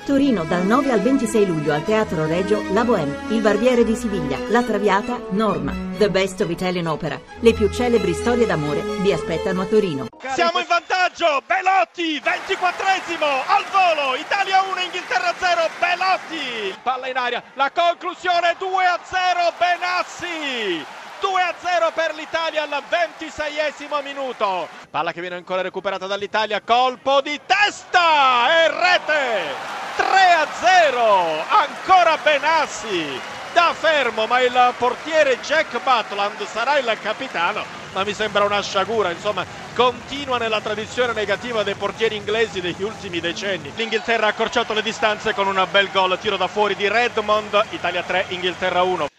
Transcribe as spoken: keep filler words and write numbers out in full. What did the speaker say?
Torino dal nove al ventisei luglio al Teatro Regio La Bohème, Il Barbiere di Siviglia, La Traviata, Norma. The Best of Italian Opera. Le più celebri storie d'amore vi aspettano a Torino. Siamo in vantaggio, Belotti, ventiquattresimo, al volo, Italia uno, Inghilterra zero, Belotti. Palla in aria, la conclusione due a zero, Benassi. due a zero per l'Italia al ventiseiesimo minuto. Palla che viene ancora recuperata dall'Italia, colpo di testa e rete. tre a zero, ancora Benassi. Da fermo, ma il portiere Jack Butland sarà il capitano, ma mi sembra una sciagura, insomma, continua nella tradizione negativa dei portieri inglesi degli ultimi decenni. L'Inghilterra ha accorciato le distanze con un bel gol, tiro da fuori di Redmond, Italia tre, Inghilterra uno.